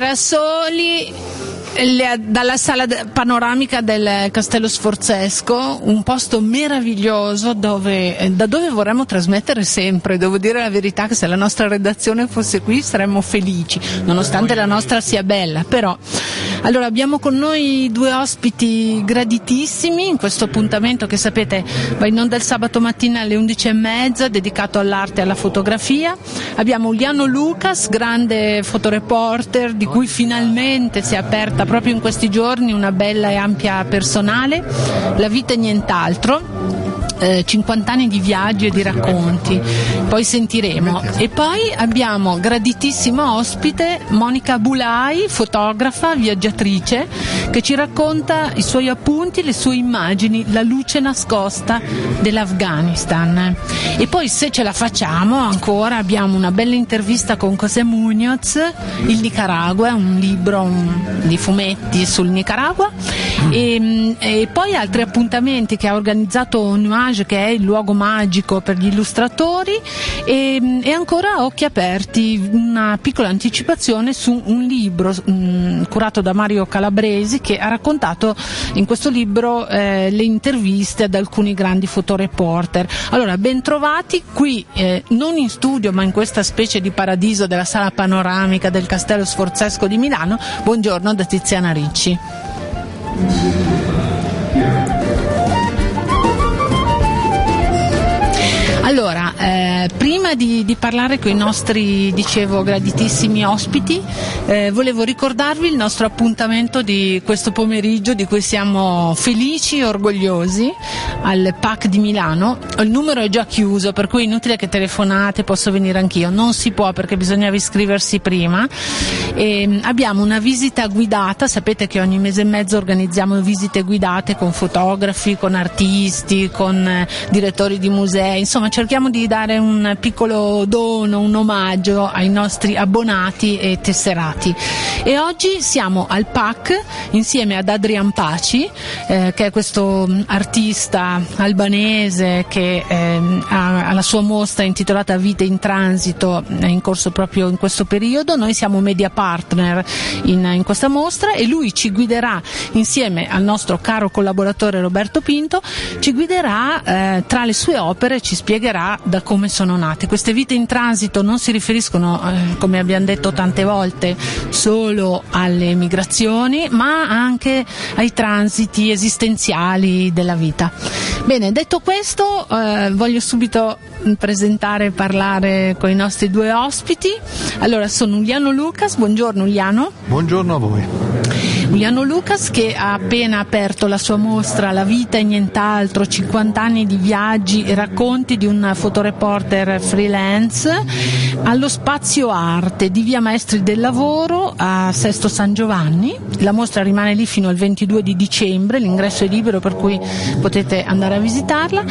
girasoli dalla sala panoramica del Castello Sforzesco, un posto meraviglioso da dove vorremmo trasmettere sempre. Devo dire la verità che se la nostra redazione fosse qui saremmo felici, nonostante la nostra sia bella, però. Allora, abbiamo con noi due ospiti graditissimi in questo appuntamento che sapete va in onda il sabato mattina alle 11:30, dedicato all'arte e alla fotografia. Abbiamo Uliano Lucas, grande fotoreporter, di cui finalmente si è aperta proprio in questi giorni una bella e ampia personale, La vita e nient'altro. 50 anni di viaggi e di racconti, poi sentiremo. E poi abbiamo graditissima ospite Monica Bulai, fotografa, viaggiatrice, che ci racconta i suoi appunti, le sue immagini, la luce nascosta dell'Afghanistan. E poi, se ce la facciamo ancora, abbiamo una bella intervista con José Muñoz, il Nicaragua, un libro di fumetti sul Nicaragua, e poi altri appuntamenti che ha organizzato Nuage, che è il luogo magico per gli illustratori, e ancora Occhi aperti, una piccola anticipazione su un libro curato da Mario Calabresi, che ha raccontato in questo libro le interviste ad alcuni grandi fotoreporter. Allora, ben trovati qui, non in studio ma in questa specie di paradiso della sala panoramica del Castello Sforzesco di Milano. Buongiorno da Tiziana Ricci. Allora, prima di parlare con i nostri, dicevo, graditissimi ospiti, volevo ricordarvi il nostro appuntamento di questo pomeriggio, di cui siamo felici e orgogliosi, al PAC di Milano. Il numero è già chiuso, per cui è inutile che telefonate, posso venire anch'io. Non si può, perché bisognava iscriversi prima. Abbiamo una visita guidata, sapete che ogni mese e mezzo organizziamo visite guidate con fotografi, con artisti, con direttori di musei, insomma cerchiamo di dare un piccolo dono, un omaggio ai nostri abbonati e tesserati. E oggi siamo al PAC insieme ad Adrian Paci, che è questo artista albanese che ha la sua mostra intitolata Vite in transito, in corso proprio in questo periodo. Noi siamo media partner in questa mostra, e lui ci guiderà insieme al nostro caro collaboratore Roberto Pinto, ci guiderà tra le sue opere, ci spiegherà da come sono nate. Queste vite in transito non si riferiscono, come abbiamo detto tante volte, solo alle migrazioni, ma anche ai transiti esistenziali della vita. Bene, detto questo, voglio subito presentare e parlare con i nostri due ospiti. Allora, sono Uliano Lucas. Buongiorno Uliano. Buongiorno a voi. Uliano Lucas, che ha appena aperto la sua mostra La vita e nient'altro, 50 anni di viaggi e racconti di un fotoreporter freelance, allo Spazio Arte di Via Maestri del Lavoro a Sesto San Giovanni. La mostra rimane lì fino al 22 di dicembre, l'ingresso è libero, per cui potete andare a visitarla.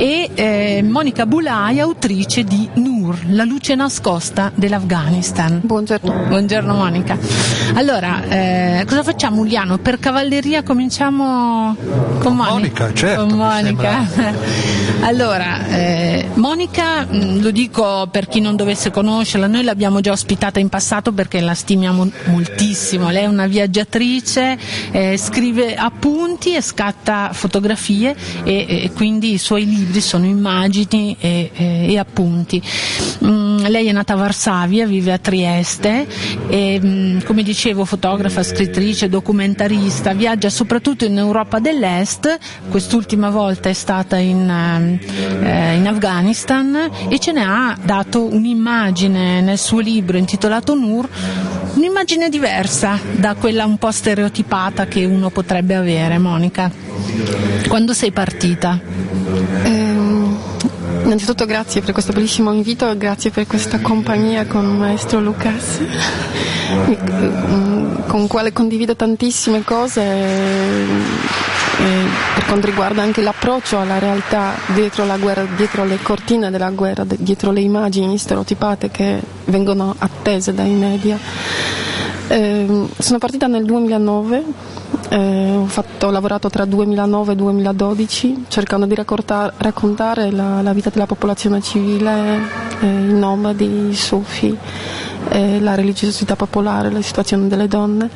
E Monica Bulai, autrice di Nur, la luce nascosta dell'Afghanistan. Buongiorno. Buongiorno Monica. Allora, cosa facciamo Uliano? Per cavalleria cominciamo con Monica, certo. Con Monica. Allora, Monica, lo dico per chi non dovesse conoscerla, noi l'abbiamo già ospitata in passato perché la stimiamo moltissimo. Lei è una viaggiatrice, scrive appunti e scatta fotografie, e quindi i suoi libri sono immagini e appunti. Lei è nata a Varsavia, vive a Trieste e, come dicevo, fotografa, scrittrice, documentarista, viaggia soprattutto in Europa dell'Est. Quest'ultima volta è stata in Afghanistan, e ce ne ha dato un'immagine nel suo libro intitolato Nur, un'immagine diversa da quella un po' stereotipata che uno potrebbe avere. Monica, quando sei partita? Innanzitutto grazie per questo bellissimo invito e grazie per questa compagnia con il maestro Lucas, con il quale condivido tantissime cose per quanto riguarda anche l'approccio alla realtà dietro la guerra, dietro le cortine della guerra, dietro le immagini stereotipate che vengono attese dai media. Sono partita nel 2009. Ho lavorato tra 2009 e 2012 cercando di raccontare la vita della popolazione civile, i nomadi, i sufi, la religiosità popolare, la situazione delle donne.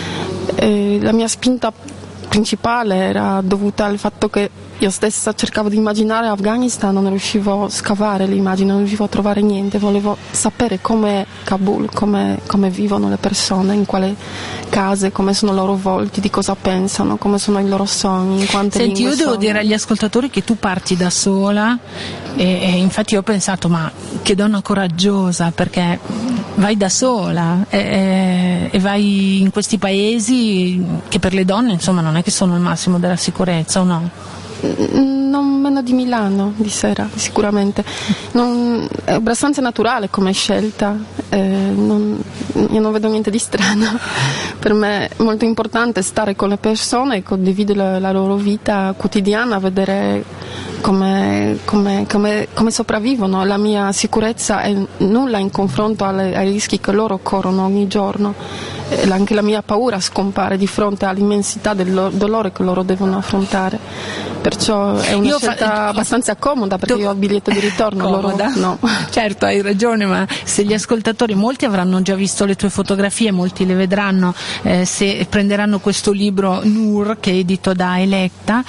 La mia spinta principale era dovuta al fatto che io stessa cercavo di immaginare Afghanistan, non riuscivo a scavare le immagini, non riuscivo a trovare niente, volevo sapere com'è Kabul, come vivono le persone, in quale case, come sono i loro volti, di cosa pensano, come sono i loro sogni, in quante Senti, lingue io devo sono. dire agli ascoltatori che tu parti da sola e infatti io ho pensato, ma che donna coraggiosa, perché vai da sola e vai in questi paesi che per le donne insomma non è che sono il massimo della sicurezza, o no? Non meno di Milano di sera, sicuramente. È abbastanza naturale come scelta, io non vedo niente di strano. Per me è molto importante stare con le persone e condividere la loro vita quotidiana, vedere come sopravvivono. La mia sicurezza è nulla in confronto ai rischi che loro corrono ogni giorno. Anche la mia paura scompare di fronte all'immensità del dolore che loro devono affrontare. Perciò è una scelta abbastanza comoda, perché io ho il biglietto di ritorno, comoda. Loro no. Certo, hai ragione, ma se gli ascoltatori, molti avranno già visto le tue fotografie, molti le vedranno se prenderanno questo libro Nur, che è edito da Electa,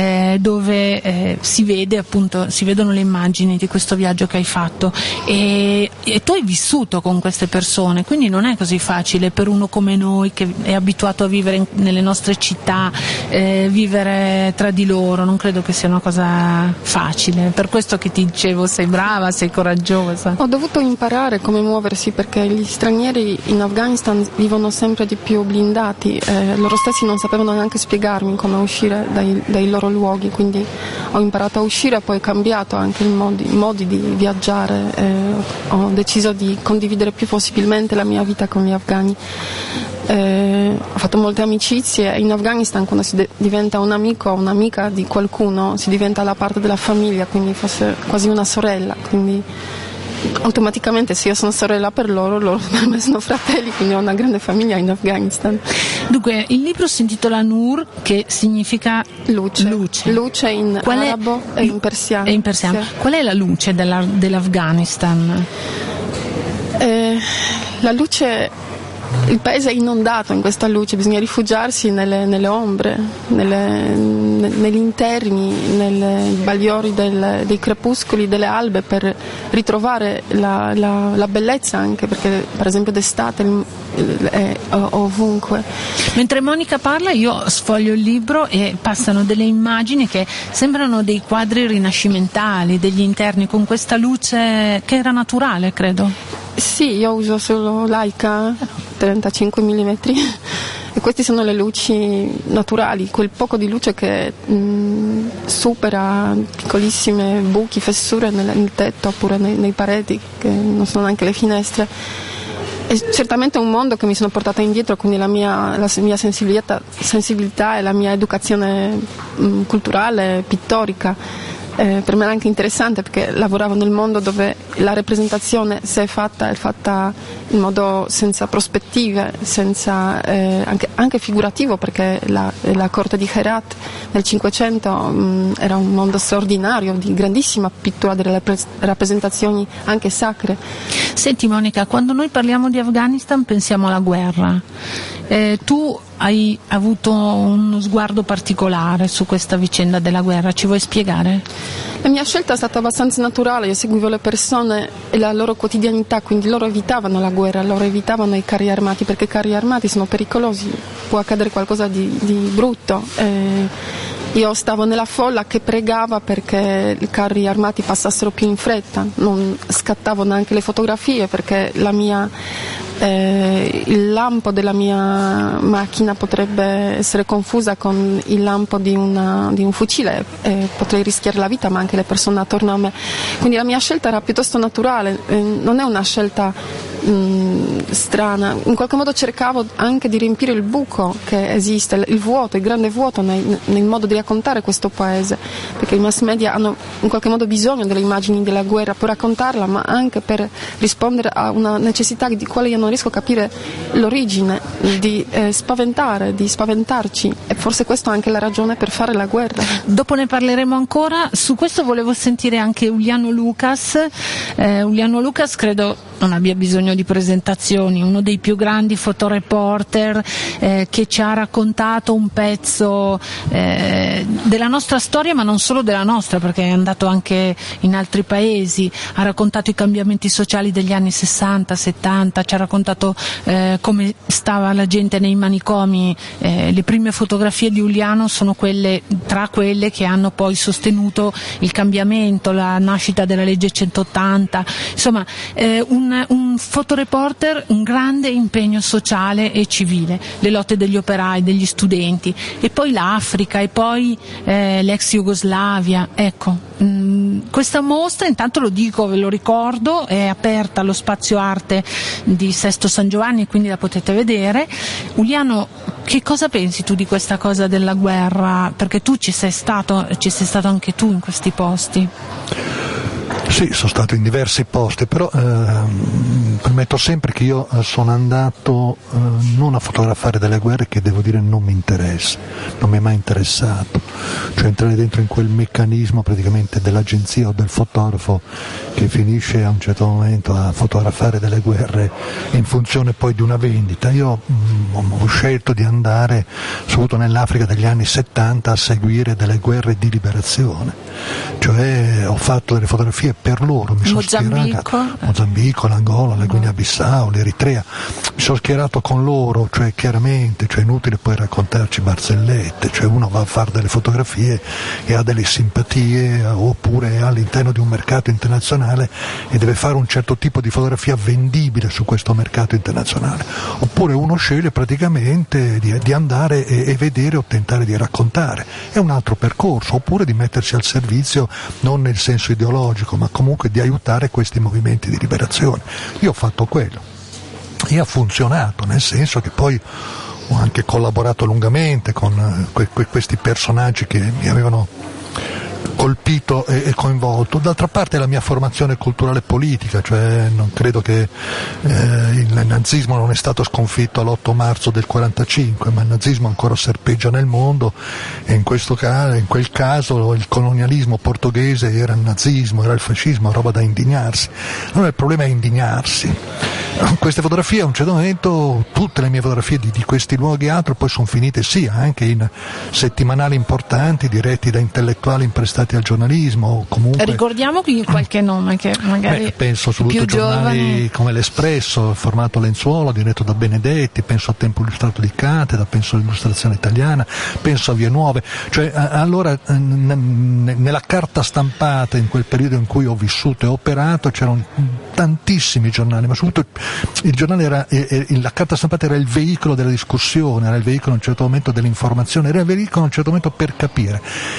dove si vede appunto, si vedono le immagini di questo viaggio che hai fatto e tu hai vissuto con queste persone, quindi non è così facile per uno come noi che è abituato a vivere nelle nostre città, vivere tra di loro. Non credo che sia una cosa facile, per questo che ti dicevo, sei brava, sei coraggiosa. Ho dovuto imparare come muoversi, perché gli stranieri in Afghanistan vivono sempre di più blindati, loro stessi non sapevano neanche spiegarmi come uscire dai loro luoghi, quindi ho imparato a uscire, poi ho cambiato anche i modi di viaggiare, ho deciso di condividere più possibilmente la mia vita con gli afghani. Ho fatto molte amicizie. In Afghanistan, quando si diventa un amico o un'amica di qualcuno, si diventa la parte della famiglia, quindi fosse quasi una sorella, quindi automaticamente se io sono sorella per loro per me sono fratelli, quindi ho una grande famiglia in Afghanistan. Dunque, il libro si intitola Nur, che significa luce in arabo e in persiano. Sì. Qual è la luce dell'Afghanistan? La luce, il paese è inondato in questa luce, bisogna rifugiarsi nelle ombre, negli interni, nei bagliori dei crepuscoli, delle albe, per ritrovare la bellezza, anche perché per esempio d'estate è ovunque. Mentre Monica parla io sfoglio il libro e passano delle immagini che sembrano dei quadri rinascimentali degli interni, con questa luce che era naturale, credo. Sì, io uso solo Leica 35 mm e queste sono le luci naturali, quel poco di luce che supera piccolissime buchi, fessure nel tetto oppure nei pareti, che non sono neanche le finestre. È certamente un mondo che mi sono portata indietro, quindi la mia sensibilità e la mia educazione culturale, pittorica. Per me era anche interessante, perché lavoravo nel mondo dove la rappresentazione, se è fatta in modo senza prospettive, senza, anche figurativo, perché la corte di Herat nel Cinquecento era un mondo straordinario di grandissima pittura, delle rappresentazioni anche sacre. Senti Monica, quando noi parliamo di Afghanistan pensiamo alla guerra. Tu hai avuto uno sguardo particolare su questa vicenda della guerra, ci vuoi spiegare? La mia scelta è stata abbastanza naturale, io seguivo le persone e la loro quotidianità, quindi loro evitavano la guerra, loro evitavano i carri armati, perché i carri armati sono pericolosi, può accadere qualcosa di brutto. Io stavo nella folla che pregava perché i carri armati passassero più in fretta, non scattavo neanche le fotografie, perché il lampo della mia macchina potrebbe essere confusa con il lampo di un fucile e potrei rischiare la vita, ma anche le persone attorno a me. Quindi la mia scelta era piuttosto naturale, non è una scelta strana. In qualche modo cercavo anche di riempire il buco che esiste, il vuoto, il grande vuoto nel modo di raccontare questo paese, perché i mass media hanno in qualche modo bisogno delle immagini della guerra per raccontarla, ma anche per rispondere a una necessità di quale io non riesco a capire l'origine, di spaventarci, e forse questa è anche la ragione per fare la guerra. Dopo ne parleremo ancora. Su questo volevo sentire anche Uliano Lucas. Uliano Lucas credo non abbia bisogno di presentazioni, uno dei più grandi fotoreporter che ci ha raccontato un pezzo della nostra storia, ma non solo della nostra, perché è andato anche in altri paesi, ha raccontato i cambiamenti sociali degli anni 60, 70, ci ha raccontato come stava la gente nei manicomi. Le prime fotografie di Uliano sono tra quelle che hanno poi sostenuto il cambiamento, la nascita della legge 180, insomma un fotoreporter, un grande impegno sociale e civile, le lotte degli operai, degli studenti, e poi l'Africa, e poi l'ex Jugoslavia. Ecco, questa mostra, intanto lo dico, ve lo ricordo, è aperta allo Spazio Arte di Sesto San Giovanni, quindi la potete vedere. Uliano, che cosa pensi tu di questa cosa della guerra? Perché tu ci sei stato anche tu in questi posti. Sì, sono stato in diversi posti, però premetto sempre che io sono andato non a fotografare delle guerre, che devo dire non mi interessa, non mi è mai interessato, cioè entrare dentro in quel meccanismo praticamente dell'agenzia o del fotografo che finisce a un certo momento a fotografare delle guerre in funzione poi di una vendita. Io ho scelto di andare soprattutto nell'Africa degli anni 70 a seguire delle guerre di liberazione, cioè ho fatto delle fotografie per loro, mi sono schierato Mozambico, l'Angola, la Guinea-Bissau, l'Eritrea, mi sono schierato con loro, cioè chiaramente, cioè inutile poi raccontarci barzellette, cioè uno va a fare delle fotografie e ha delle simpatie, oppure è all'interno di un mercato internazionale e deve fare un certo tipo di fotografia vendibile su questo mercato internazionale, oppure uno sceglie praticamente di andare e vedere o tentare di raccontare, è un altro percorso, oppure di mettersi al servizio non nel senso ideologico, ma comunque di aiutare questi movimenti di liberazione. Io ho fatto quello e ha funzionato, nel senso che poi ho anche collaborato lungamente con questi personaggi che mi avevano colpito e coinvolto. D'altra parte la mia formazione culturale e politica, cioè non credo che il nazismo non è stato sconfitto all'8 marzo del 45, ma il nazismo ancora serpeggia nel mondo, e in quel caso il colonialismo portoghese era il nazismo, era il fascismo, roba da indignarsi. Allora il problema è indignarsi. Queste fotografie a un certo momento, tutte le mie fotografie di questi luoghi e altro, poi sono finite anche in settimanali importanti diretti da intellettuali imprestati al giornalismo, o comunque ricordiamo qui qualche nome che magari penso soprattutto più giornali giovani, come l'Espresso, formato Lenzuola, diretto da Benedetti, penso a Tempo Illustrato di Cateda, penso all'Illustrazione Italiana, penso a Vie Nuove, cioè allora nella carta stampata, in quel periodo in cui ho vissuto e operato, c'erano tantissimi giornali, ma soprattutto il giornale la carta stampata era il veicolo della discussione, era il veicolo a un certo momento dell'informazione, era il veicolo a un certo momento per capire,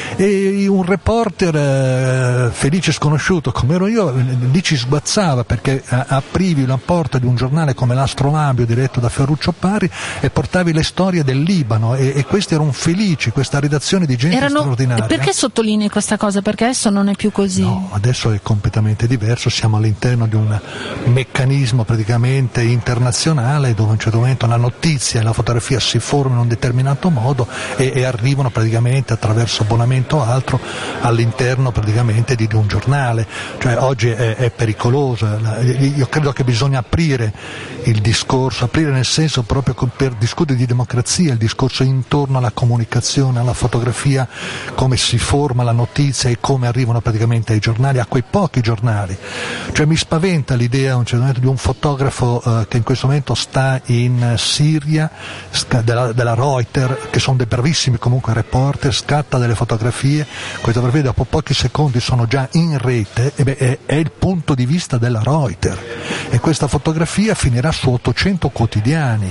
e un reporter felice sconosciuto come ero io lì ci sguazzava, perché aprivi la porta di un giornale come l'Astrolabio diretto da Ferruccio Parri e portavi le storie del Libano, e questi erano felici, questa redazione di gente straordinaria. Perché sottolinei questa cosa? Perché adesso non è più così. No, adesso è completamente diverso, siamo all'interno di un meccanismo praticamente internazionale, dove a un certo momento la notizia e la fotografia si formano in un determinato modo e arrivano praticamente attraverso abbonamento o altro all'interno praticamente di un giornale. Cioè oggi è pericoloso. Io credo che bisogna aprire il discorso, aprire nel senso proprio per discutere di democrazia, il discorso intorno alla comunicazione, alla fotografia, come si forma la notizia e come arrivano praticamente ai giornali, a quei pochi giornali. Cioè mi spaventa l'idea a un certo momento di un fotografo che in questo momento sta in Siria, della Reuters, che sono dei bravissimi comunque reporter, scatta delle fotografie, queste fotografie dopo pochi secondi sono già in rete, è il punto di vista della Reuters, e questa fotografia finirà su 800 quotidiani.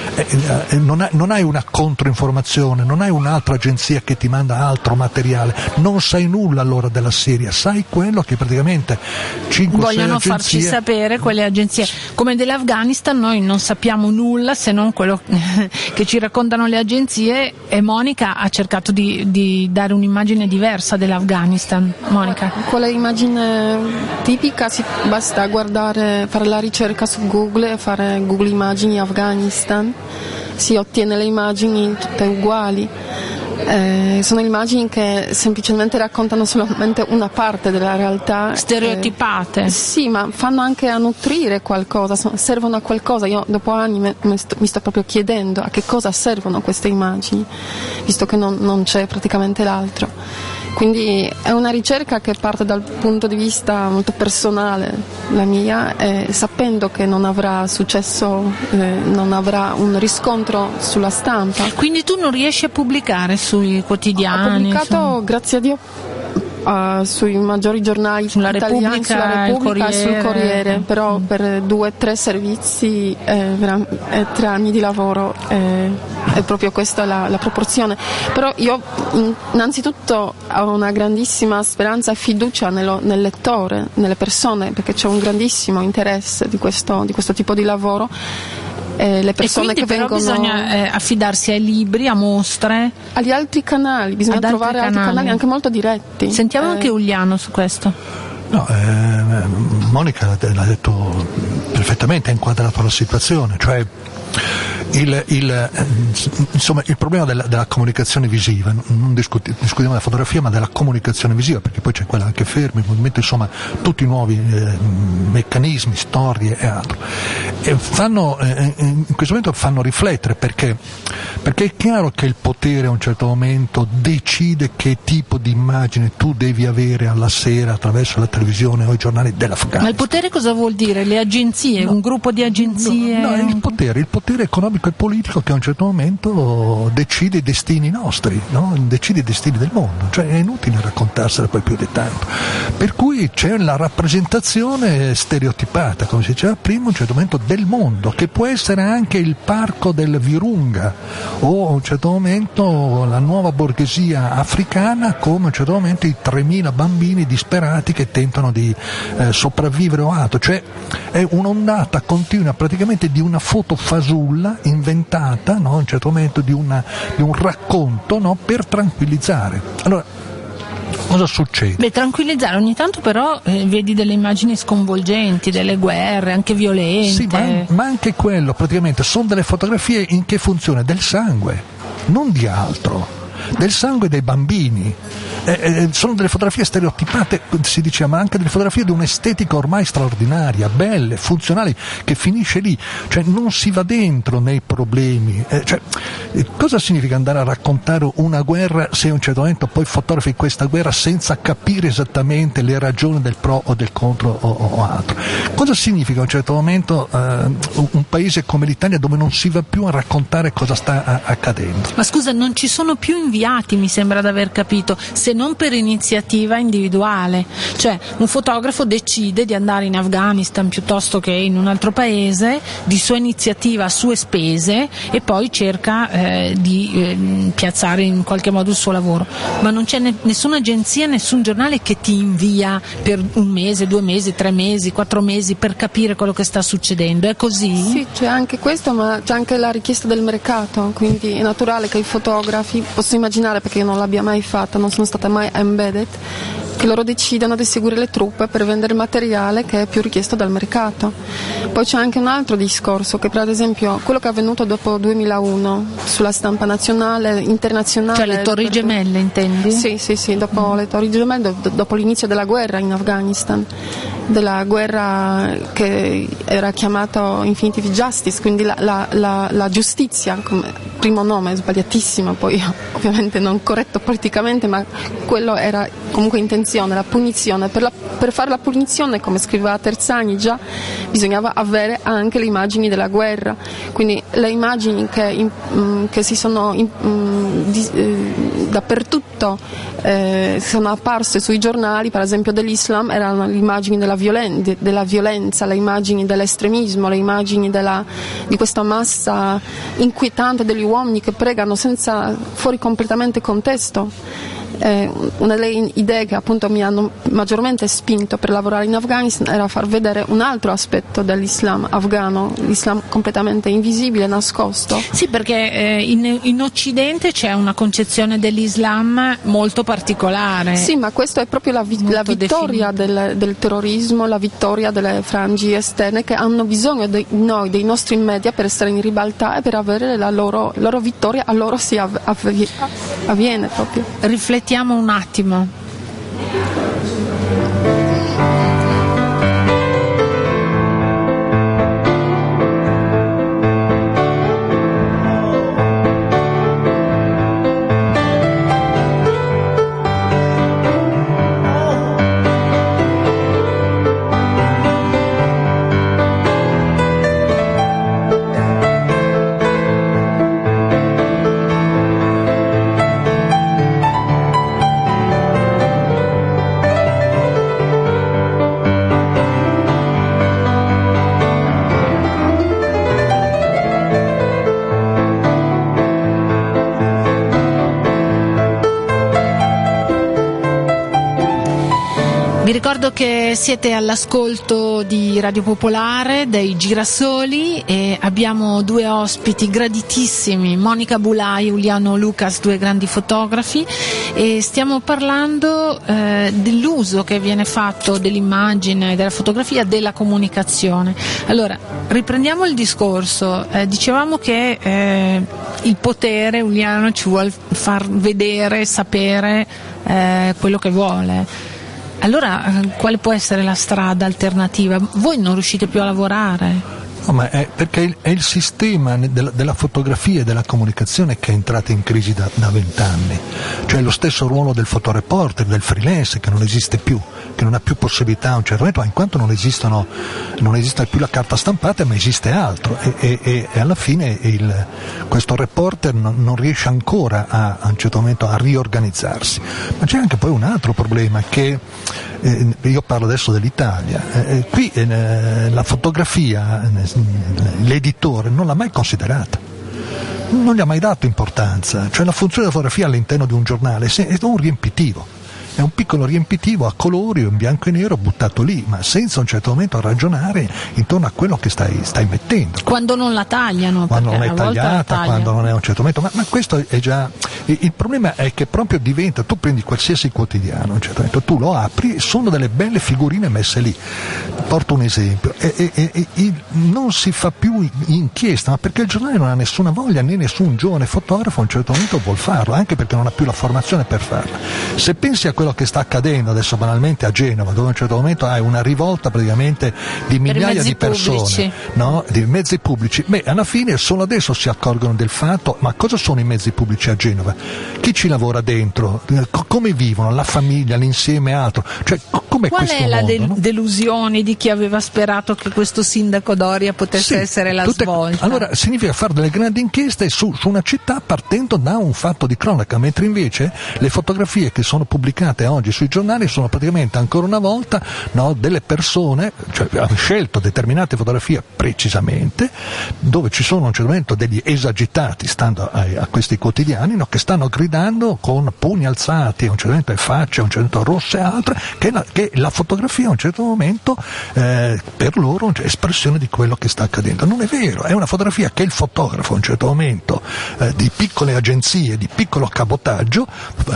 Non hai una controinformazione, non hai un'altra agenzia che ti manda altro materiale, non sai nulla allora della Siria, sai quello che praticamente 5 vogliono farci sapere quelle agenzie. Come dell'Afghanistan noi non sappiamo nulla se non quello che ci raccontano le agenzie, e Monica ha cercato di dare un'immagine diversa dell'Afghanistan. Monica? Quella immagine tipica basta guardare, fare la ricerca su Google e fare Google Immagini Afghanistan, si ottiene le immagini tutte uguali. sono immagini che semplicemente raccontano solamente una parte della realtà. Stereotipate. Sì, ma fanno anche a nutrire qualcosa, servono a qualcosa. Io dopo anni mi sto proprio chiedendo a che cosa servono queste immagini, visto che non c'è praticamente l'altro. Quindi è una ricerca che parte dal punto di vista molto personale, la mia, sapendo che non avrà successo, non avrà un riscontro sulla stampa. Quindi tu non riesci a pubblicare sui quotidiani? Ho pubblicato, grazie a Dio, sui maggiori giornali italiani, sulla Repubblica e sul Corriere, però per 2-3 servizi e 3 anni di lavoro è proprio questa la proporzione. Però io innanzitutto ho una grandissima speranza e fiducia nel lettore, nelle persone, perché c'è un grandissimo interesse di questo tipo di lavoro. Le persone e quindi che però vengono bisogna affidarsi ai libri, a mostre, agli altri canali, bisogna trovare altri canali anche molto diretti. Sentiamo anche Uliano su questo. No, Monica l'ha detto perfettamente, ha inquadrato la situazione, cioè insomma, il problema della comunicazione visiva, non discutiamo della fotografia ma della comunicazione visiva, perché poi c'è quella anche ferma, il movimento, insomma tutti i nuovi meccanismi, storie e altro, e in questo momento fanno riflettere, perché è chiaro che il potere a un certo momento decide che tipo di immagine tu devi avere alla sera attraverso la televisione o i giornali dell'Afghanistan. Ma il potere cosa vuol dire? Le agenzie? No, un gruppo di agenzie? No, il potere economico e politico che a un certo momento decide i destini nostri, no? Decide i destini del mondo, cioè è inutile raccontarsela poi più di tanto. Per cui c'è la rappresentazione stereotipata, come si diceva prima, a un certo momento del mondo, che può essere anche il parco del Virunga o a un certo momento la nuova borghesia africana, come a un certo momento i 3.000 bambini disperati che tentano di sopravvivere o altro, cioè è un'ondata continua praticamente di una foto fasulla inventata, no? A un certo momento di un racconto, no? Per tranquillizzare. Allora, cosa succede? Beh, tranquillizzare ogni tanto, però vedi delle immagini sconvolgenti, delle guerre anche violente. Sì, ma anche quello praticamente sono delle fotografie in che funzione? Del sangue, non di altro, del sangue dei bambini. Sono delle fotografie stereotipate, si diceva, ma anche delle fotografie di un'estetica ormai straordinaria, belle, funzionali, che finisce lì, cioè non si va dentro nei problemi. Cosa significa andare a raccontare una guerra se a un certo momento poi fotografi questa guerra senza capire esattamente le ragioni del pro o del contro o altro? Cosa significa a un certo momento un paese come l'Italia dove non si va più a raccontare cosa sta accadendo? Ma scusa, non ci sono più inviati, mi sembra di aver capito, se non per iniziativa individuale, cioè un fotografo decide di andare in Afghanistan piuttosto che in un altro paese di sua iniziativa, a sue spese, e poi cerca di piazzare in qualche modo il suo lavoro, ma non c'è nessuna agenzia, nessun giornale che ti invia per 1 mese, 2 mesi, 3 mesi, 4 mesi per capire quello che sta succedendo, è così? Sì, c'è anche questo, ma c'è anche la richiesta del mercato, quindi è naturale che i fotografi, posso immaginare perché io non l'abbia mai fatta, non sono stata mai embedded, che loro decidano di seguire le truppe per vendere materiale che è più richiesto dal mercato. Poi c'è anche un altro discorso, che per ad esempio quello che è avvenuto dopo 2001 sulla stampa nazionale, internazionale. Cioè le Torri Gemelle, intendi? Sì, dopo le Torri Gemelle, dopo l'inizio della guerra in Afghanistan, della guerra che era chiamato Infinitive Justice, quindi la giustizia come primo nome, sbagliatissimo, poi ovviamente non corretto politicamente, ma quello era comunque intenzione, la punizione. Per fare la punizione, come scriveva Terzani già, bisognava avere anche le immagini della guerra, quindi le immagini che si sono dappertutto sono apparse sui giornali, per esempio dell'Islam, erano le immagini della violenza, le immagini dell'estremismo, le immagini di questa massa inquietante degli uomini che pregano fuori completamente contesto. Una delle idee che appunto mi hanno maggiormente spinto per lavorare in Afghanistan era far vedere un altro aspetto dell'Islam afghano, l'Islam completamente invisibile, nascosto. Sì, perché in Occidente c'è una concezione dell'Islam molto particolare. Sì, ma questo è proprio la vittoria del terrorismo, la vittoria delle frange esterne che hanno bisogno di noi, dei nostri media, per essere in ribalta e per avere la loro vittoria, a loro si avviene proprio. Riflettiamo un attimo. Vi ricordo che siete all'ascolto di Radio Popolare, dei Girasoli, e abbiamo due ospiti graditissimi, Monica Bulai e Uliano Lucas, due grandi fotografi, e stiamo parlando dell'uso che viene fatto dell'immagine, della fotografia, della comunicazione. Allora, riprendiamo il discorso. Dicevamo che il potere, Uliano, ci vuole far vedere, sapere quello che vuole. Allora, quale può essere la strada alternativa? Voi non riuscite più a lavorare? No, ma perché è il sistema della fotografia e della comunicazione che è entrato in crisi da 20 anni. Cioè lo stesso ruolo del fotoreporter, del freelance, che non esiste più, che non ha più possibilità a un certo momento, in quanto non esiste più la carta stampata, ma esiste altro, e alla fine questo reporter non riesce ancora a un certo momento a riorganizzarsi. Ma c'è anche poi un altro problema, che io parlo adesso dell'Italia, qui la fotografia, l'editore non l'ha mai considerata, non gli ha mai dato importanza. Cioè la funzione della fotografia all'interno di un giornale è un riempitivo, è un piccolo riempitivo a colori o in bianco e nero buttato lì, ma senza a un certo momento ragionare intorno a quello che stai mettendo. Quando non la tagliano, quando non è tagliata, quando non è a un certo momento, ma questo è già il problema, è che proprio diventa, tu prendi qualsiasi quotidiano, a un certo momento tu lo apri, sono delle belle figurine messe lì. Porto un esempio, e non si fa più inchiesta, ma perché il giornale non ha nessuna voglia, né nessun giovane fotografo a un certo momento vuol farlo, anche perché non ha più la formazione per farlo. Se pensi a quello che sta accadendo adesso banalmente a Genova, dove a un certo momento hai una rivolta praticamente di migliaia di persone, no? Di mezzi pubblici, alla fine solo adesso si accorgono del fatto, ma cosa sono i mezzi pubblici a Genova? Chi ci lavora dentro? Come vivono? La famiglia, l'insieme, altro? Cioè, com'è qual questo è la mondo, no? delusione di chi aveva sperato che questo sindaco Doria potesse essere la svolta? Allora significa fare delle grandi inchieste su una città partendo da un fatto di cronaca, mentre invece le fotografie che sono pubblicate oggi sui giornali sono praticamente ancora una volta, no, delle persone, cioè hanno scelto determinate fotografie precisamente, dove ci sono a un certo momento degli esagitati, stando a questi quotidiani, no, che stanno gridando con pugni alzati, a un certo momento e facce, a un certo momento rosse e altre, che la fotografia a un certo momento per loro è espressione di quello che sta accadendo. Non è vero, è una fotografia che il fotografo a un certo momento di piccole agenzie, di piccolo cabotaggio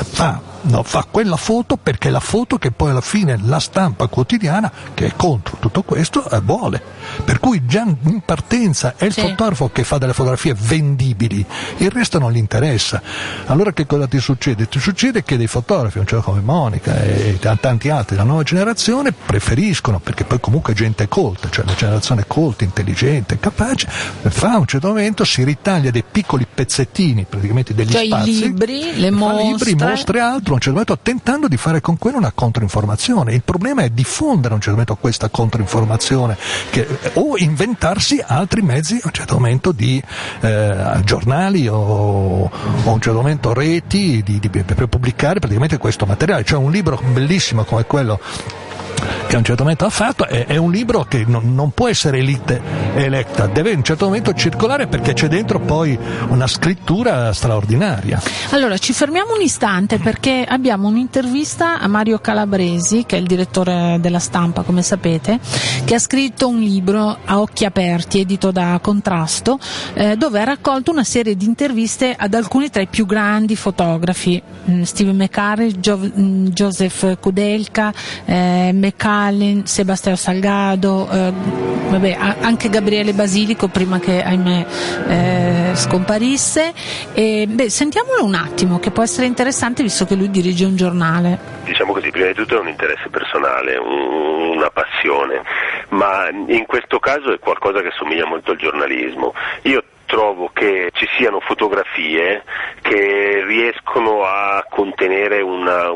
fa quella foto, perché è la foto che poi alla fine la stampa quotidiana, che è contro tutto questo, vuole. Per cui già in partenza è il fotografo che fa delle fotografie vendibili, il resto non gli interessa. Allora che cosa ti succede? Ti succede che dei fotografi, come Monica e tanti altri della nuova generazione, preferiscono, perché poi comunque è gente colta, cioè la generazione colta, intelligente, capace, fa a un certo momento, si ritaglia dei piccoli pezzettini, praticamente degli spazi, i libri, le mostre, altro, a un certo momento tentando di fare con quello una controinformazione. Il problema è diffondere a un certo momento questa controinformazione, o inventarsi altri mezzi a un certo momento di giornali o a un certo momento reti per pubblicare praticamente questo materiale. Cioè un libro bellissimo come quello che a un certo momento ha fatto è un libro che non può essere elite, eletta, deve in un certo momento circolare, perché c'è dentro poi una scrittura straordinaria. Allora ci fermiamo un istante, perché abbiamo un'intervista a Mario Calabresi, che è il direttore della Stampa, come sapete, che ha scritto un libro A occhi aperti, edito da Contrasto, dove ha raccolto una serie di interviste ad alcuni tra i più grandi fotografi, Steven McCurry, Joseph Kudelka, McCallin, Sebastião Salgado, anche Gabriele Basilico, prima che ahimè scomparisse. Sentiamolo un attimo, che può essere interessante visto che lui dirige un giornale. Diciamo così, prima di tutto è un interesse personale, una passione, ma in questo caso è qualcosa che somiglia molto al giornalismo. Io trovo che ci siano fotografie che riescono a contenere una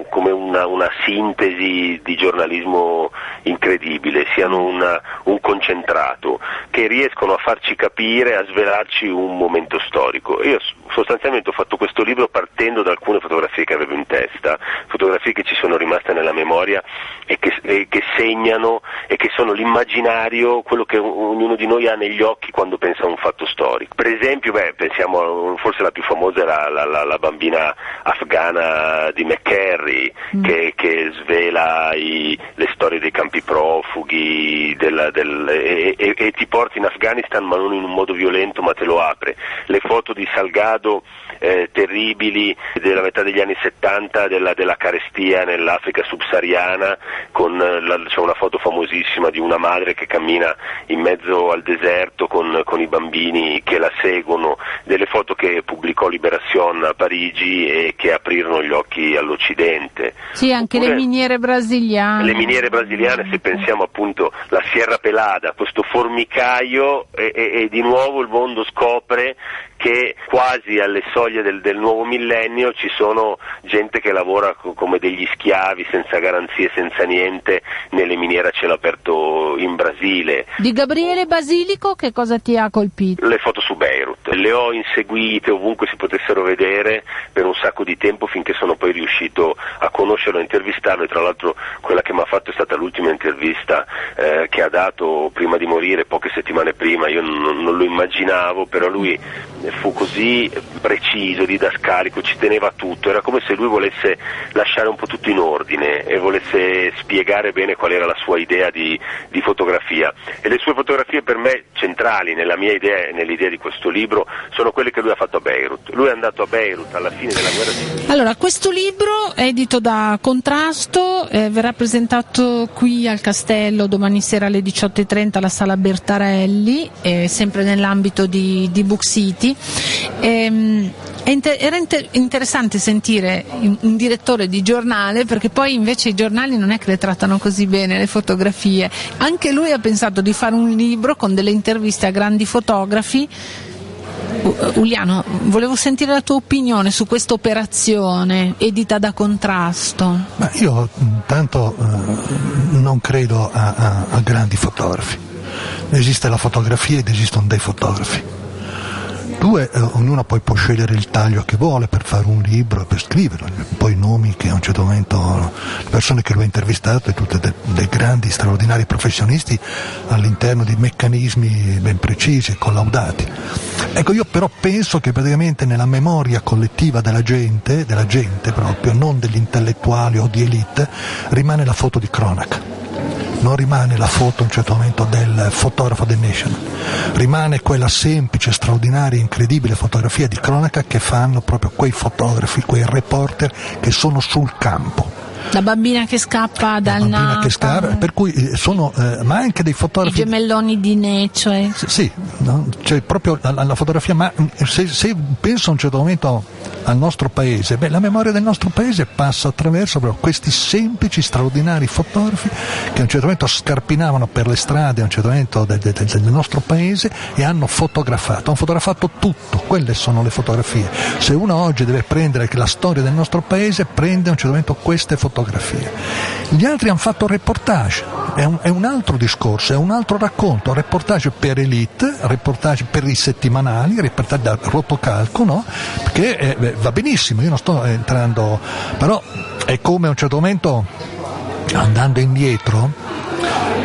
sintesi di giornalismo incredibile, siano un concentrato, che riescono a farci capire, a svelarci un momento storico. Io sostanzialmente ho fatto questo libro partendo da alcune fotografie che avevo in testa, fotografie che ci sono rimaste nella memoria e che segnano e che sono l'immaginario, quello che ognuno di noi ha negli occhi quando pensa a un fatto storico. Per esempio, pensiamo, forse la più famosa era la bambina afghana di McCurry, che svela le storie dei campi profughi e ti porta in Afghanistan, ma non in un modo violento, ma te lo apre. Le foto di Salgado terribili della metà degli anni 70 della carestia nell'Africa subsahariana, c'è una foto famosissima di una madre che cammina in mezzo al deserto con i bambini che la seguono, delle foto che pubblicò Libération a Parigi e che aprirono gli occhi all'Occidente. Sì, anche le miniere brasiliane. Le miniere brasiliane, se pensiamo appunto alla Sierra Pelada, questo formicaio, e di nuovo il mondo scopre che quasi alle soglie del nuovo millennio ci sono gente che lavora come degli schiavi, senza garanzie, senza niente, nelle miniere a cielo aperto in Brasile. Di Gabriele Basilico che cosa ti ha colpito? Le foto su Beirut, le ho inseguite ovunque si potessero vedere per un sacco di tempo, finché sono poi riuscito a conoscerlo e intervistarlo, e tra l'altro quella che mi ha fatto è stata l'ultima intervista che ha dato prima di morire, poche settimane prima. Io non lo immaginavo, però lui fu così preciso, didascalico, ci teneva a tutto, era come se lui volesse lasciare un po' tutto in ordine e volesse spiegare bene qual era la sua idea di fotografia. E le sue fotografie per me centrali nella mia idea e nell'idea di questo libro sono quelle che lui ha fatto a Beirut. Lui è andato a Beirut alla fine della guerra civile. Allora, questo libro è edito da Contrasto, verrà presentato qui al Castello domani sera alle 18:30 alla Sala Bertarelli, sempre nell'ambito di Book City. Era interessante sentire un direttore di giornale, perché poi invece i giornali non è che le trattano così bene le fotografie. Anche lui ha pensato di fare un libro con delle interviste a grandi fotografi. Uliano, volevo sentire la tua opinione su questa operazione edita da Contrasto. Ma io tanto non credo a grandi fotografi. Esiste la fotografia ed esistono dei fotografi. Ognuno poi può scegliere il taglio che vuole per fare un libro e per scriverlo, poi nomi che a un certo momento, le persone che lui ha intervistato, e tutte dei grandi, straordinari professionisti all'interno di meccanismi ben precisi e collaudati. Ecco, io però penso che praticamente nella memoria collettiva della gente proprio, non degli intellettuali o di elite, rimane la foto di cronaca. Non rimane la foto a un certo momento del fotografo del Nation, rimane quella semplice, straordinaria, incredibile fotografia di cronaca che fanno proprio quei fotografi, quei reporter che sono sul campo. La bambina che scappa dal Napalm, per cui sono, ma anche dei fotografi. I gemelloni di Necce. Sì, no? Cioè proprio la fotografia, ma se penso a un certo momento al nostro paese, la memoria del nostro paese passa attraverso proprio questi semplici, straordinari fotografi che a un certo momento scarpinavano per le strade a un certo momento del nostro paese e hanno fotografato tutto. Quelle sono le fotografie. Se uno oggi deve prendere la storia del nostro paese, prende a un certo momento queste fotografie. Gli altri hanno fatto reportage, è un altro discorso, è un altro racconto, reportage per elite, reportage per i settimanali, reportage da rotocalco, no? Perché va benissimo, io non sto entrando, però è come a un certo momento, andando indietro,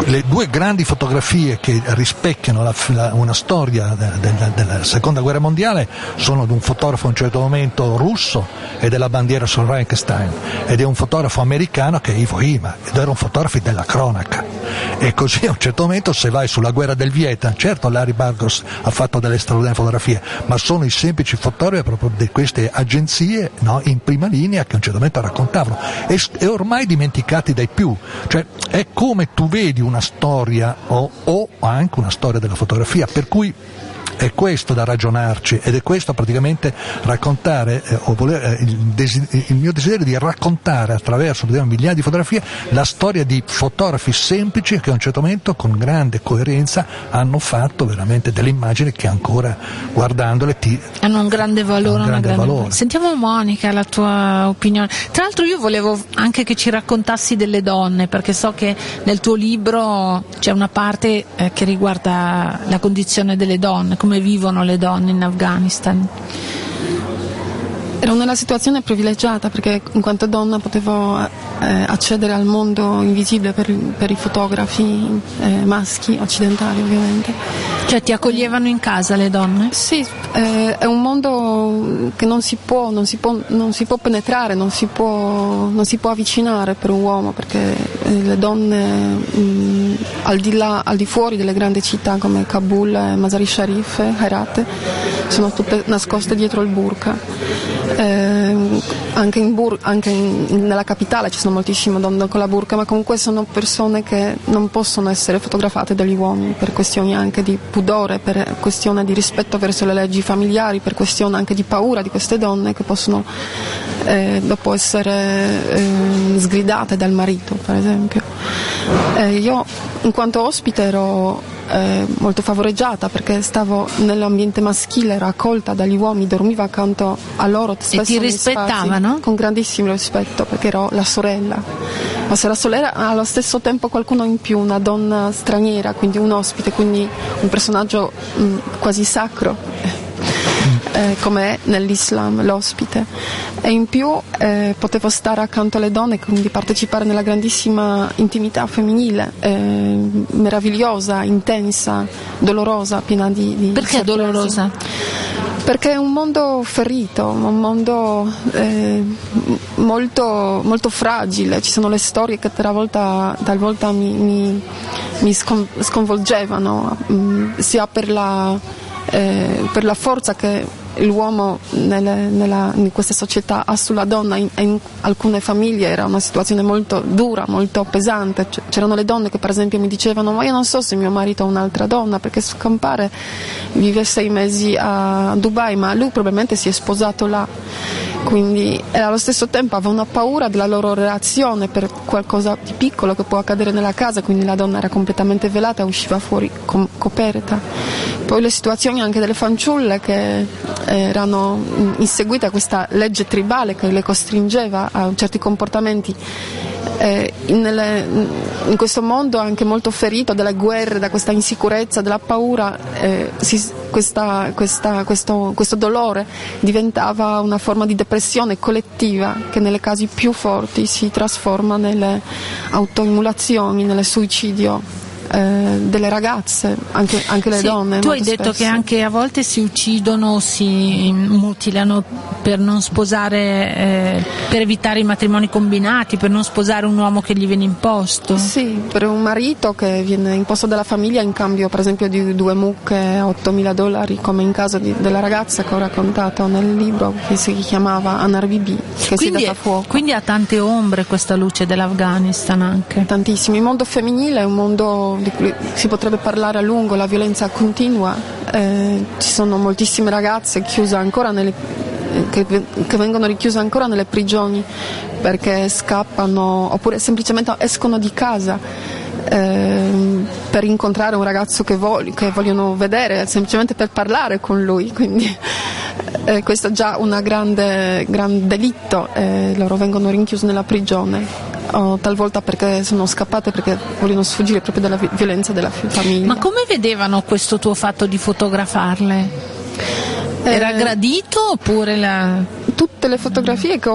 le due grandi fotografie che rispecchiano una storia della seconda guerra mondiale sono di un fotografo a un certo momento russo e della bandiera sul Reichstein, ed è un fotografo americano che è Ivo Ima, ed erano fotografi della cronaca. E così a un certo momento, se vai sulla guerra del Vietnam, certo Larry Burgos ha fatto delle straordinarie fotografie, ma sono i semplici fotografi proprio di queste agenzie, no, in prima linea, che a un certo momento raccontavano, e ormai dimenticati dai più. Cioè è come tu vedi una storia o anche una storia della fotografia, per cui è questo da ragionarci, ed è questo praticamente raccontare il mio desiderio di raccontare attraverso migliaia di fotografie la storia di fotografi semplici che a un certo momento con grande coerenza hanno fatto veramente delle immagini che ancora guardandole hanno un grande valore. Sentiamo Monica, la tua opinione. Tra l'altro io volevo anche che ci raccontassi delle donne, perché so che nel tuo libro c'è una parte che riguarda la condizione delle donne, come vivono le donne in Afghanistan. Ero nella situazione privilegiata perché in quanto donna potevo accedere al mondo invisibile per i fotografi maschi occidentali, ovviamente. Cioè ti accoglievano in casa le donne? Sì, è un mondo che non si può penetrare, non si può avvicinare per un uomo, perché le donne al di fuori delle grandi città come Kabul, Mazar-i Sharif, Herat, sono tutte nascoste dietro il burqa. Anche nella capitale ci sono moltissime donne con la burqa, ma comunque sono persone che non possono essere fotografate dagli uomini per questioni anche di pudore, per questione di rispetto verso le leggi familiari, per questione anche di paura di queste donne che possono dopo essere sgridate dal marito, per esempio. Io in quanto ospite ero molto favoreggiata perché stavo nell'ambiente maschile, ero accolta dagli uomini, dormivo accanto a loro spesso. E ti rispettavano? Con grandissimo rispetto, perché ero la sorella, ma se la sorella allo stesso tempo qualcuno in più, una donna straniera, quindi un ospite, quindi un personaggio quasi sacro, come è nell'Islam l'ospite, e in più potevo stare accanto alle donne e quindi partecipare nella grandissima intimità femminile, meravigliosa, intensa, dolorosa, piena di Perché sorprese. dolorosa? Perché è un mondo ferito, un mondo molto, molto fragile, ci sono le storie che talvolta mi sconvolgevano, sia per la forza che l'uomo in questa società ha sulla donna. In alcune famiglie era una situazione molto dura, molto pesante. C'erano le donne che per esempio mi dicevano: ma io non so se mio marito ha un'altra donna, perché scampare vive 6 mesi a Dubai, ma lui probabilmente si è sposato là, quindi allo stesso tempo aveva una paura della loro relazione per qualcosa di piccolo che può accadere nella casa, quindi la donna era completamente velata e usciva fuori coperta. Poi le situazioni anche delle fanciulle che erano inseguite a questa legge tribale che le costringeva a certi comportamenti. In questo mondo anche molto ferito dalle guerre, da questa insicurezza, della paura, questo dolore diventava una forma di depressione collettiva che nelle casi più forti si trasforma nelle autoimmolazioni, nel suicidio delle ragazze, anche le donne. Tu hai detto spesso. che anche a volte si uccidono, si mutilano per non sposare, per evitare i matrimoni combinati, per non sposare un uomo che gli viene imposto. Sì, per un marito che viene imposto dalla famiglia in cambio per esempio di 2 mucche a $8.000, come in caso della ragazza che ho raccontato nel libro, che si chiamava Anar Bibi, che si è data fuoco. Quindi ha tante ombre questa luce dell'Afghanistan anche. Tantissimi. Il mondo femminile è un mondo di cui si potrebbe parlare a lungo, la violenza continua, ci sono moltissime ragazze chiuse ancora che vengono richiuse ancora nelle prigioni perché scappano oppure semplicemente escono di casa per incontrare un ragazzo che vogliono vedere, semplicemente per parlare con lui, quindi questo è già un grande delitto, loro vengono rinchiuse nella prigione. Talvolta perché sono scappate, perché vogliono sfuggire proprio dalla violenza della famiglia. Ma come vedevano questo tuo fatto di fotografarle? Era gradito oppure Tutte le fotografie che ho fatto con il permesso delle persone, sono stata con loro a lungo.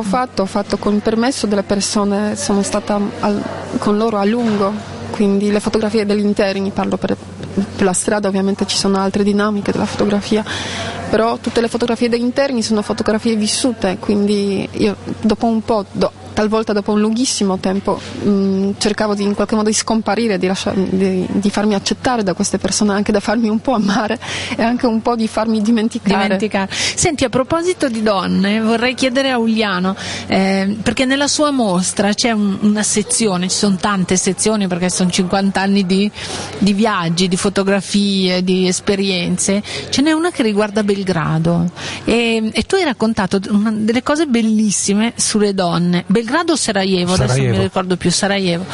quindi le fotografie degli interni, parlo per la strada, ovviamente ci sono altre dinamiche della fotografia, però tutte le fotografie degli interni sono fotografie vissute, quindi io dopo un po', talvolta dopo un lunghissimo tempo, cercavo in qualche modo di scomparire, di farmi accettare da queste persone, anche da farmi un po' amare e anche un po' di farmi dimenticare. Senti, a proposito di donne, vorrei chiedere a Uliano, perché nella sua mostra c'è una sezione, ci sono tante sezioni perché sono 50 anni di viaggi, di fotografie, di esperienze, ce n'è una che riguarda Belgrado e tu hai raccontato delle cose bellissime sulle donne. Belgrado o Sarajevo? Adesso non mi ricordo più. Sarajevo.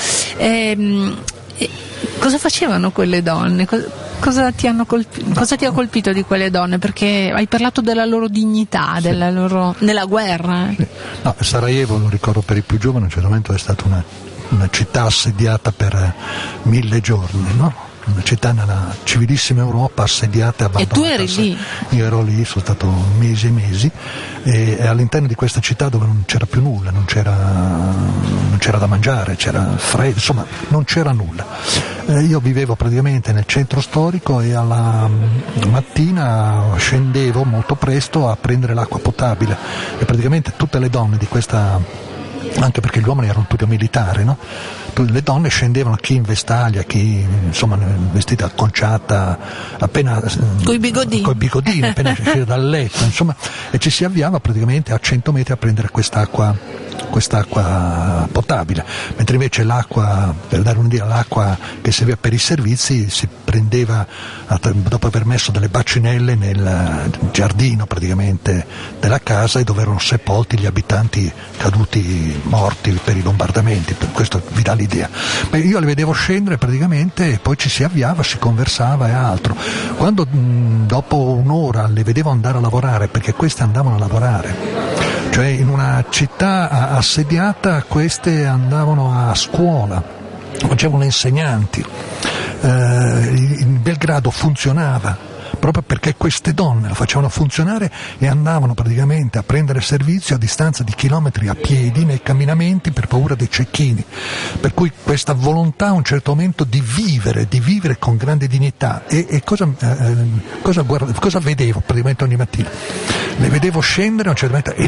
Cosa facevano quelle donne? Cosa ti ha colpito di quelle donne? Perché hai parlato della loro dignità, sì, nella guerra. Sì. No, Sarajevo, lo ricordo per i più giovani, a un certo momento è stata una città assediata per 1000 giorni, no? Una città nella civilissima Europa assediata e abbandonata. E tu eri lì? Io ero lì, sono stato mesi e mesi, e all'interno di questa città dove non c'era più nulla, non c'era da mangiare, c'era freddo, insomma non c'era nulla. Io vivevo praticamente nel centro storico e alla mattina scendevo molto presto a prendere l'acqua potabile e praticamente tutte le donne di questa, anche perché gli uomini erano tutti militari, no? Le donne scendevano, chi in vestaglia, chi insomma vestita acconciata, appena coi bigodini appena uscire dal letto, insomma, e ci si avviava praticamente a 100 metri a prendere quest'acqua potabile, mentre invece l'acqua, per dare un'idea, l'acqua che serviva per i servizi si prendeva dopo aver messo delle bacinelle nel giardino praticamente della casa, e dove erano sepolti gli abitanti caduti morti per i bombardamenti. Per questo vi dà l'idea. Io le vedevo scendere praticamente e poi ci si avviava, si conversava e altro. Quando dopo un'ora le vedevo andare a lavorare, perché queste andavano a lavorare, cioè in una città assediata queste andavano a scuola, facevano insegnanti, in Belgrado funzionava proprio perché queste donne lo facevano funzionare e andavano praticamente a prendere servizio a distanza di chilometri a piedi nei camminamenti per paura dei cecchini, per cui questa volontà a un certo momento di vivere con grande dignità. E cosa vedevo praticamente ogni mattina? Le vedevo scendere a un certo momento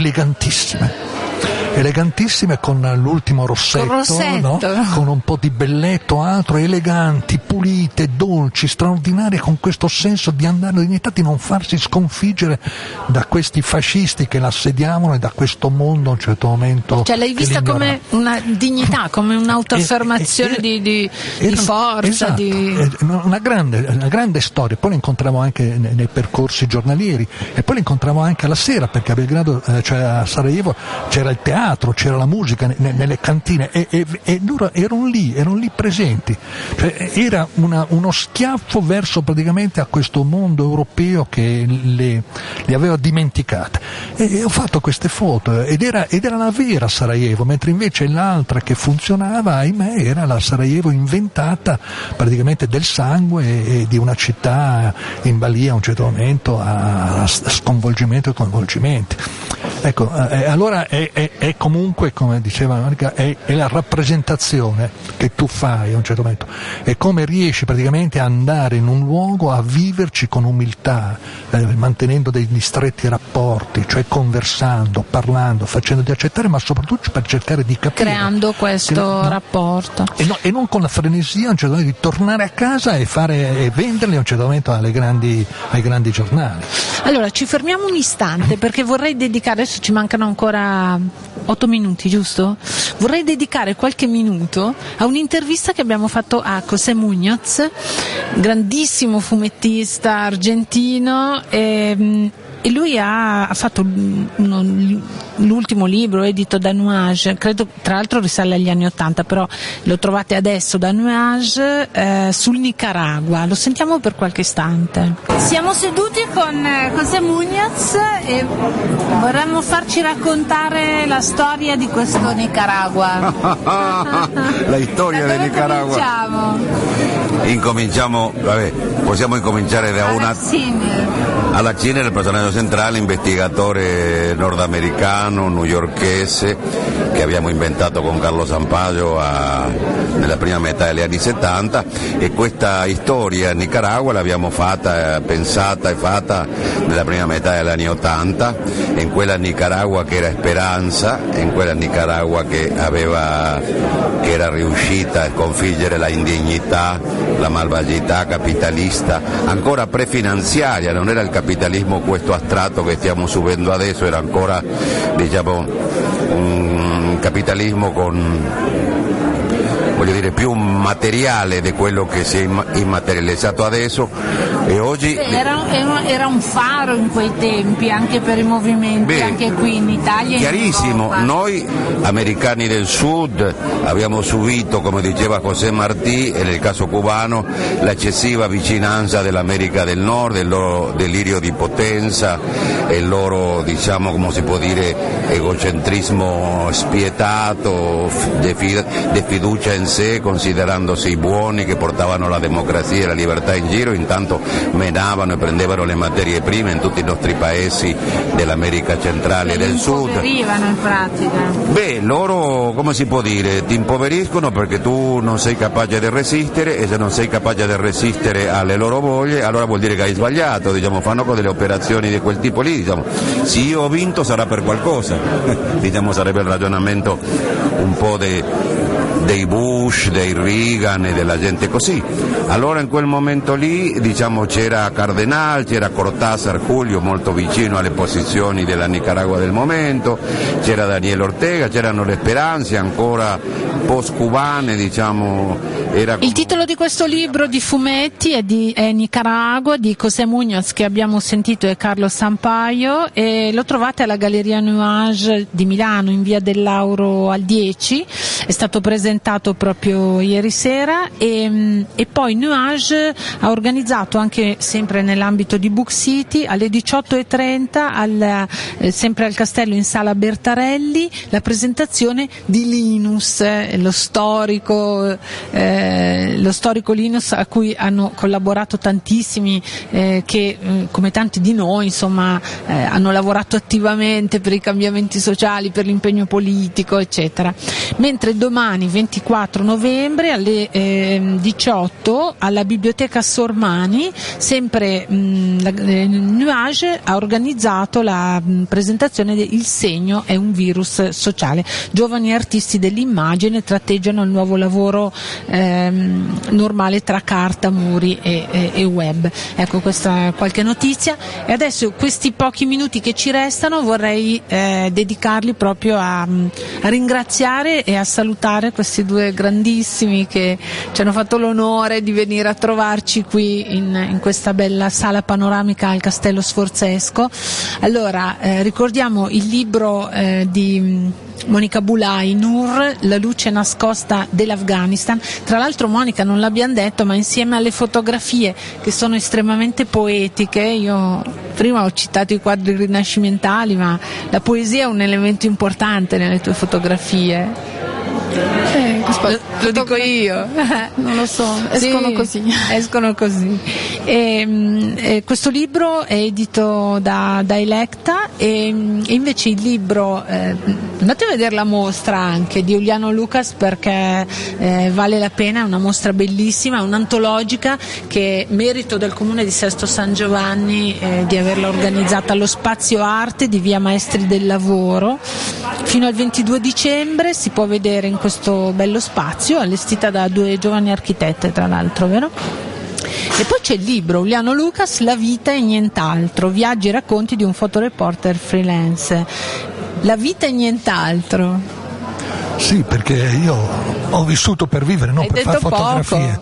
elegantissime con l'ultimo rossetto, no? Con un po' di belletto, altro, eleganti, pulite, dolci, straordinarie, con questo senso di andare in dignità, di non farsi sconfiggere da questi fascisti che l'assediavano e da questo mondo a un certo momento. Cioè l'hai vista come una dignità, come un'autoaffermazione di forza, esatto, una grande storia. Poi la incontravo anche nei percorsi giornalieri e poi la incontravo anche alla sera, perché a Belgrado, cioè a Sarajevo, c'era il teatro, c'era la musica nelle cantine e loro erano lì presenti, cioè era uno schiaffo verso praticamente a questo mondo europeo che li aveva dimenticate. E ho fatto queste foto ed era la vera Sarajevo, mentre invece l'altra che funzionava, ahimè, era la Sarajevo inventata praticamente del sangue e di una città in balia a un certo momento a sconvolgimento e coinvolgimenti. Ecco, allora è comunque, come diceva Monica, è la rappresentazione che tu fai a un certo momento, è come riesci praticamente a andare in un luogo, a viverci con umiltà, mantenendo degli stretti rapporti, cioè conversando, parlando, facendoti accettare, ma soprattutto per cercare di capire, creando questo rapporto e non con la frenesia a un certo momento di tornare a casa e venderli a un certo momento ai grandi giornali. Allora ci fermiamo un istante perché vorrei dedicare, adesso ci mancano ancora 8 minuti, giusto? Vorrei dedicare qualche minuto a un'intervista che abbiamo fatto a José Muñoz, grandissimo fumettista argentino, e lui ha fatto l'ultimo libro edito da Nuage, credo tra l'altro risale agli anni '80, però lo trovate adesso da Nuage, sul Nicaragua. Lo sentiamo per qualche istante. Siamo seduti con José Muñoz e vorremmo farci raccontare la storia di questo Nicaragua. La storia del Nicaragua. Cominciamo? possiamo incominciare da una... Alec Ziner, il personaggio centrale, investigatore nordamericano, newyorkese, che abbiamo inventato con Carlo Sampaio nella prima metà degli anni 70, e questa storia in Nicaragua l'abbiamo pensata e fatta nella prima metà degli anni 80, in quella Nicaragua che era speranza, in quella Nicaragua che era riuscita a sconfiggere la indignità, la malvagità capitalista, ancora prefinanziaria, non era il capitalismo questo astratto che stiamo subendo adesso, era ancora un capitalismo più materiale di quello che si è immaterializzato adesso, e oggi era un faro in quei tempi anche per i movimenti, anche qui in Italia. Chiarissimo, noi americani del sud abbiamo subito, come diceva José Martí, e nel caso cubano, l'eccessiva vicinanza dell'America del Nord, il loro delirio di potenza, il loro, egocentrismo spietato, di fiducia in sé, considerandosi buoni, che portavano la democrazia e la libertà in giro, intanto menavano e prendevano le materie prime in tutti i nostri paesi dell'America centrale e del sud. Impoverivano in pratica. Loro, ti impoveriscono perché tu non sei capace di resistere, e se non sei capace di resistere alle loro voglie, allora vuol dire che hai sbagliato, fanno delle operazioni di quel tipo lì, se io ho vinto sarà per qualcosa, sarebbe il ragionamento un po' dei Bush, dei Reagan e della gente così. Allora in quel momento lì c'era Cardenal, c'era Cortázar Julio molto vicino alle posizioni della Nicaragua del momento, c'era Daniel Ortega, c'erano le speranze ancora post-cubane, Il titolo di questo libro di fumetti è Nicaragua, di José Muñoz, che abbiamo sentito, e Carlo Sampaio, e lo trovate alla Galleria Nuage di Milano, in via del Lauro al 10, è stato presentato proprio ieri sera, e poi Nuage ha organizzato anche, sempre nell'ambito di Book City, alle 18:30 sempre al Castello in Sala Bertarelli, la presentazione di Linus, lo storico Linus, a cui hanno collaborato tantissimi che come tanti di noi hanno lavorato attivamente per i cambiamenti sociali, per l'impegno politico, eccetera. Mentre domani 24 novembre alle 18 alla Biblioteca Sormani, sempre Nuage ha organizzato la presentazione di Il segno è un virus sociale. Giovani artisti dell'immagine tratteggiano il nuovo lavoro normale tra carta, muri e web. Ecco, questa qualche notizia, e adesso questi pochi minuti che ci restano vorrei dedicarli proprio a ringraziare e a salutare questi due grandissimi che ci hanno fatto l'onore di venire a trovarci qui in questa bella sala panoramica al Castello Sforzesco. Allora, ricordiamo il libro di Monica Bulai, Nur, la luce nascosta dell'Afghanistan. Tra l'altro, Monica, non l'abbiamo detto, ma insieme alle fotografie che sono estremamente poetiche, io prima ho citato i quadri rinascimentali, ma la poesia è un elemento importante nelle tue fotografie. Lo dico io, non lo so, escono così. E questo libro è edito da Electa, e invece il libro andate a vedere la mostra anche di Giuliano Lucas, perché vale la pena, è una mostra bellissima, un'antologica che è merito del comune di Sesto San Giovanni di averla organizzata allo Spazio Arte di via Maestri del Lavoro. Fino al 22 dicembre si può vedere in questo bello spazio, allestita da due giovani architette, tra l'altro, vero? E poi c'è il libro Giuliano Lucas, La vita e nient'altro, viaggi e racconti di un fotoreporter freelance. La vita e nient'altro. Sì, perché io ho vissuto per vivere, non per fare fotografie.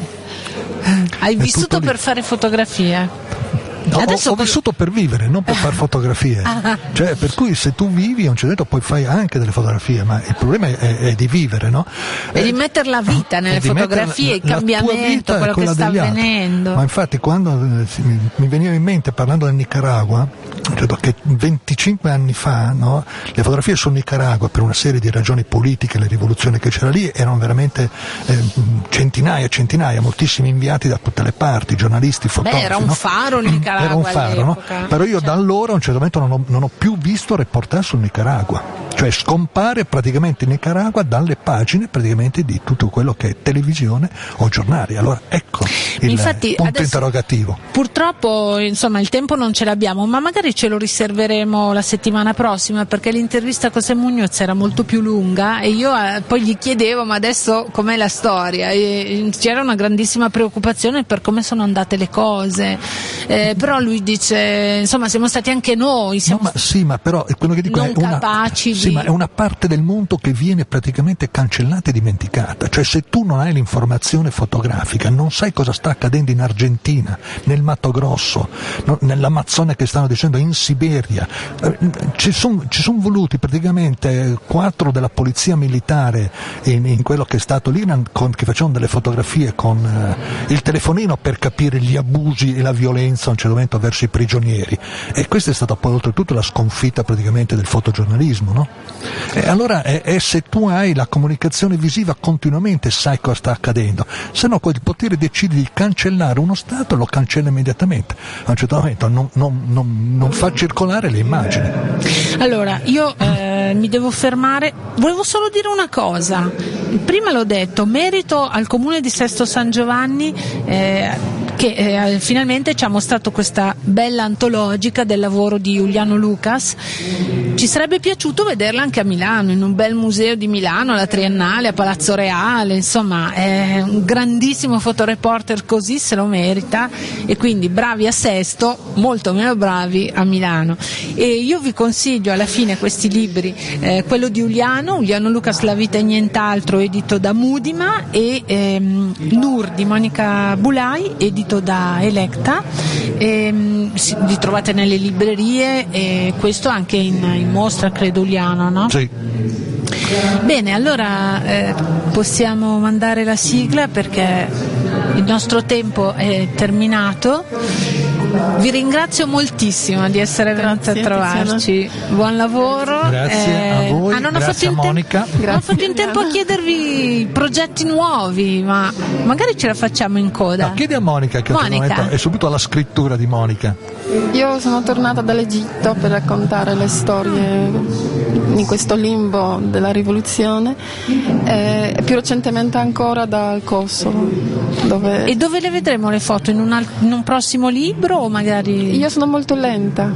Hai vissuto per fare fotografie? No, ho vissuto per vivere, non per fare fotografie. Cioè, per cui se tu vivi a un certo punto poi fai anche delle fotografie, ma il problema è di vivere, no? E di mettere la vita nelle fotografie, il cambiamento, quello che sta avvenendo. Ma infatti quando mi veniva in mente, parlando del Nicaragua, che 25 anni fa, no, le fotografie sul Nicaragua, per una serie di ragioni politiche, le rivoluzioni che c'era lì, erano veramente centinaia, moltissimi inviati da tutte le parti, giornalisti, fotografi. Era un faro il Nicaragua. Era un faro, no? Però io da allora a un certo momento non ho più visto reportage sul Nicaragua. Cioè scompare praticamente in Nicaragua dalle pagine praticamente di tutto quello che è televisione o giornali. Allora ecco il punto interrogativo. Purtroppo insomma il tempo non ce l'abbiamo, ma magari ce lo riserveremo la settimana prossima, perché l'intervista con José Muñoz era molto più lunga e io poi gli chiedevo ma adesso com'è la storia, e c'era una grandissima preoccupazione per come sono andate le cose, però lui dice insomma siamo stati anche noi ma però quello che dico non capaci sì, ma è una parte del mondo che viene praticamente cancellata e dimenticata. Cioè se tu non hai l'informazione fotografica non sai cosa sta accadendo in Argentina, nel Mato Grosso, no, nell'Amazzonia che stanno dicendo, in Siberia. Ci sono voluti praticamente 4 della polizia militare in quello che è stato l'Iran che facevano delle fotografie con il telefonino per capire gli abusi e la violenza a un certo momento verso i prigionieri, e questa è stata poi oltretutto la sconfitta praticamente del fotogiornalismo, no? E allora se tu hai la comunicazione visiva continuamente sai cosa sta accadendo, se no il potere decide di cancellare uno Stato, lo cancella immediatamente, a un certo momento non fa circolare le immagini. Allora io mi devo fermare, volevo solo dire una cosa, prima l'ho detto, merito al comune di Sesto San Giovanni che finalmente ci ha mostrato questa bella antologica del lavoro di Juliano Lucas. Ci sarebbe piaciuto vederla anche a Milano, in un bel museo di Milano, alla Triennale, a Palazzo Reale, insomma è un grandissimo fotoreporter, così se lo merita, e quindi bravi a Sesto, molto meno bravi a Milano. E io vi consiglio alla fine questi libri, quello di Juliano Lucas, La vita e nient'altro, edito da Mudima, e Nur di Monica Bulai, edito da Electa, li trovate nelle librerie, e questo anche in mostra, credo, Juliano, no? Sì. Bene, allora possiamo mandare la sigla perché il nostro tempo è terminato. Vi ringrazio moltissimo di essere venuti a trovarci. Buon lavoro. Grazie a voi, grazie a Monica. Non ho fatto in tempo a chiedervi progetti nuovi, ma magari ce la facciamo in coda. No, chiedi a Monica, che è subito alla scrittura di Monica. Io sono tornata dall'Egitto per raccontare le storie in questo limbo della rivoluzione, e più recentemente ancora dal Kosovo. E dove le vedremo le foto? In un prossimo libro o magari? Io sono molto lenta.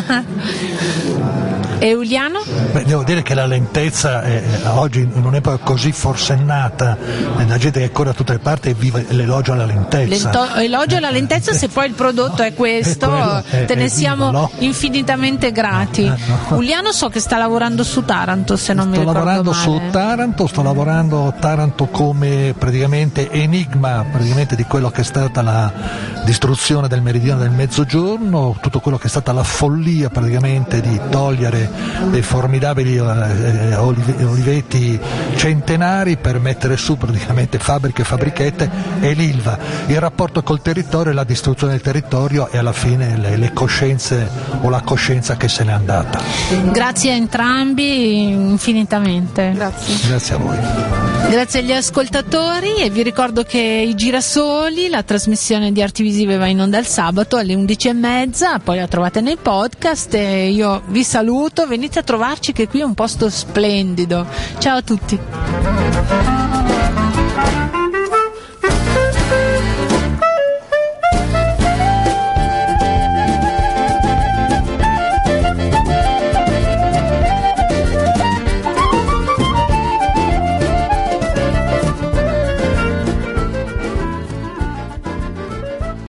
E Juliano? Beh, devo dire che la lentezza oggi non è poi così forsennata, la gente che corre da tutte le parti e vive l'elogio alla lentezza. Elogio alla lentezza, se poi il prodotto è questo, te ne siamo infinitamente grati. Juliano so che sta lavorando su Taranto, se non mi ricordo male. Sto lavorando su Taranto come praticamente enigma praticamente di quello che è stata la distruzione del meridione del Mezzogiorno, tutto quello che è stata la follia praticamente di togliere dei formidabili oliveti centenari per mettere su praticamente fabbriche e fabbrichette, e l'Ilva, il rapporto col territorio e la distruzione del territorio, e alla fine le coscienze o la coscienza che se n'è andata. Grazie a entrambi infinitamente. Grazie a voi. Grazie agli ascoltatori, e vi ricordo che i Girasoli, la trasmissione di Arti Visive, va in onda il sabato alle 11:30, poi la trovate nei podcast, e io vi saluto, venite a trovarci che qui è un posto splendido. Ciao a tutti.